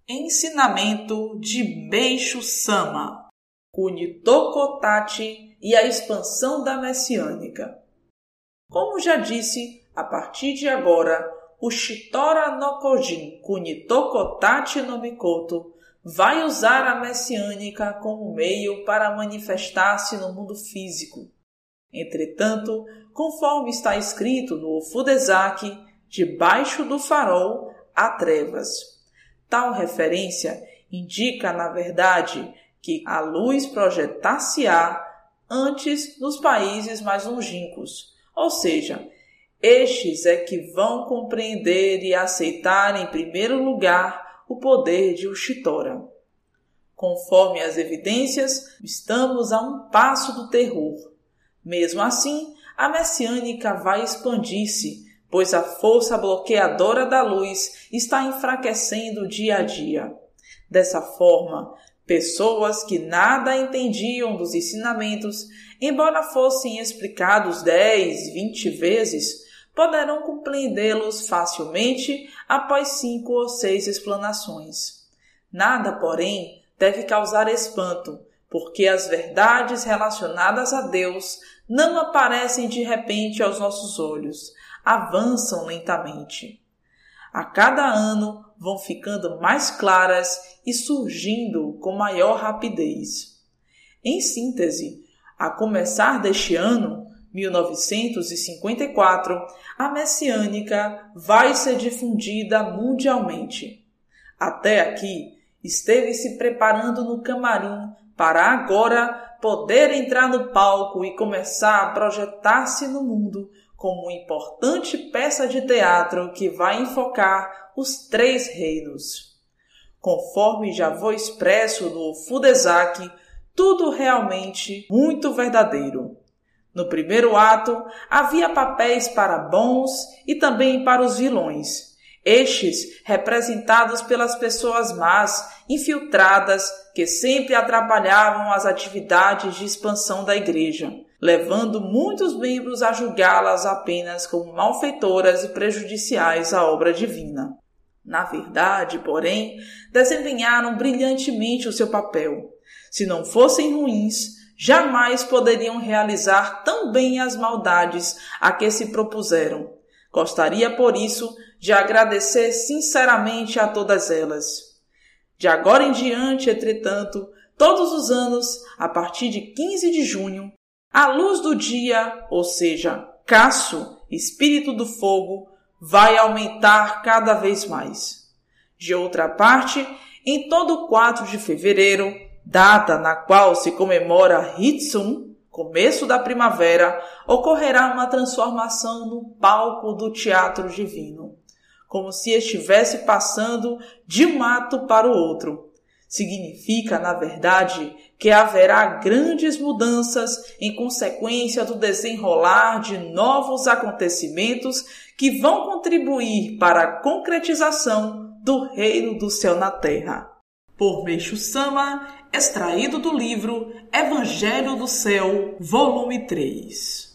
Ensinamento de Meishu Sama, Kunitoku Tachi e a expansão da Messiânica. Como já disse, a partir de agora, o Shitora no Kojin Kunitoku Tachi no Mikoto vai usar a Messiânica como meio para manifestar-se no mundo físico. Entretanto, conforme está escrito no Fudezaki, debaixo do farol há trevas. Tal referência indica, na verdade, que a luz projetar-se-á antes nos países mais longínquos, ou seja, estes é que vão compreender e aceitar em primeiro lugar o poder de Ushitora. Conforme as evidências, estamos a um passo do terror. Mesmo assim, a messiânica vai expandir-se, pois a força bloqueadora da luz está enfraquecendo dia a dia. Dessa forma, pessoas que nada entendiam dos ensinamentos, embora fossem explicados 10, 20 vezes, poderão compreendê-los facilmente após 5 ou 6 explanações. Nada, porém, deve causar espanto, porque as verdades relacionadas a Deus não aparecem de repente aos nossos olhos, avançam lentamente. A cada ano vão ficando mais claras e surgindo com maior rapidez. Em síntese, a começar deste ano, 1954, a messiânica vai ser difundida mundialmente. Até aqui, esteve se preparando no camarim para agora poder entrar no palco e começar a projetar-se no mundo como uma importante peça de teatro que vai enfocar os 3 reinos. Conforme já foi expresso no Fudezaki, tudo realmente muito verdadeiro. No primeiro ato, havia papéis para bons e também para os vilões. Estes representados pelas pessoas más, infiltradas, que sempre atrapalhavam as atividades de expansão da igreja, levando muitos membros a julgá-las apenas como malfeitoras e prejudiciais à obra divina. Na verdade, porém, desempenharam brilhantemente o seu papel. Se não fossem ruins, jamais poderiam realizar tão bem as maldades a que se propuseram. Gostaria, por isso, de agradecer sinceramente a todas elas. De agora em diante, entretanto, todos os anos, a partir de 15 de junho, a luz do dia, ou seja, Kasu, espírito do fogo, vai aumentar cada vez mais. De outra parte, em todo 4 de fevereiro, data na qual se comemora Hitsum, começo da primavera, ocorrerá uma transformação no palco do teatro divino, como se estivesse passando de um ato para o outro. Significa, na verdade, que haverá grandes mudanças em consequência do desenrolar de novos acontecimentos que vão contribuir para a concretização do reino do céu na terra. Por Meishu Sama, extraído do livro Evangelho do Céu, volume 3.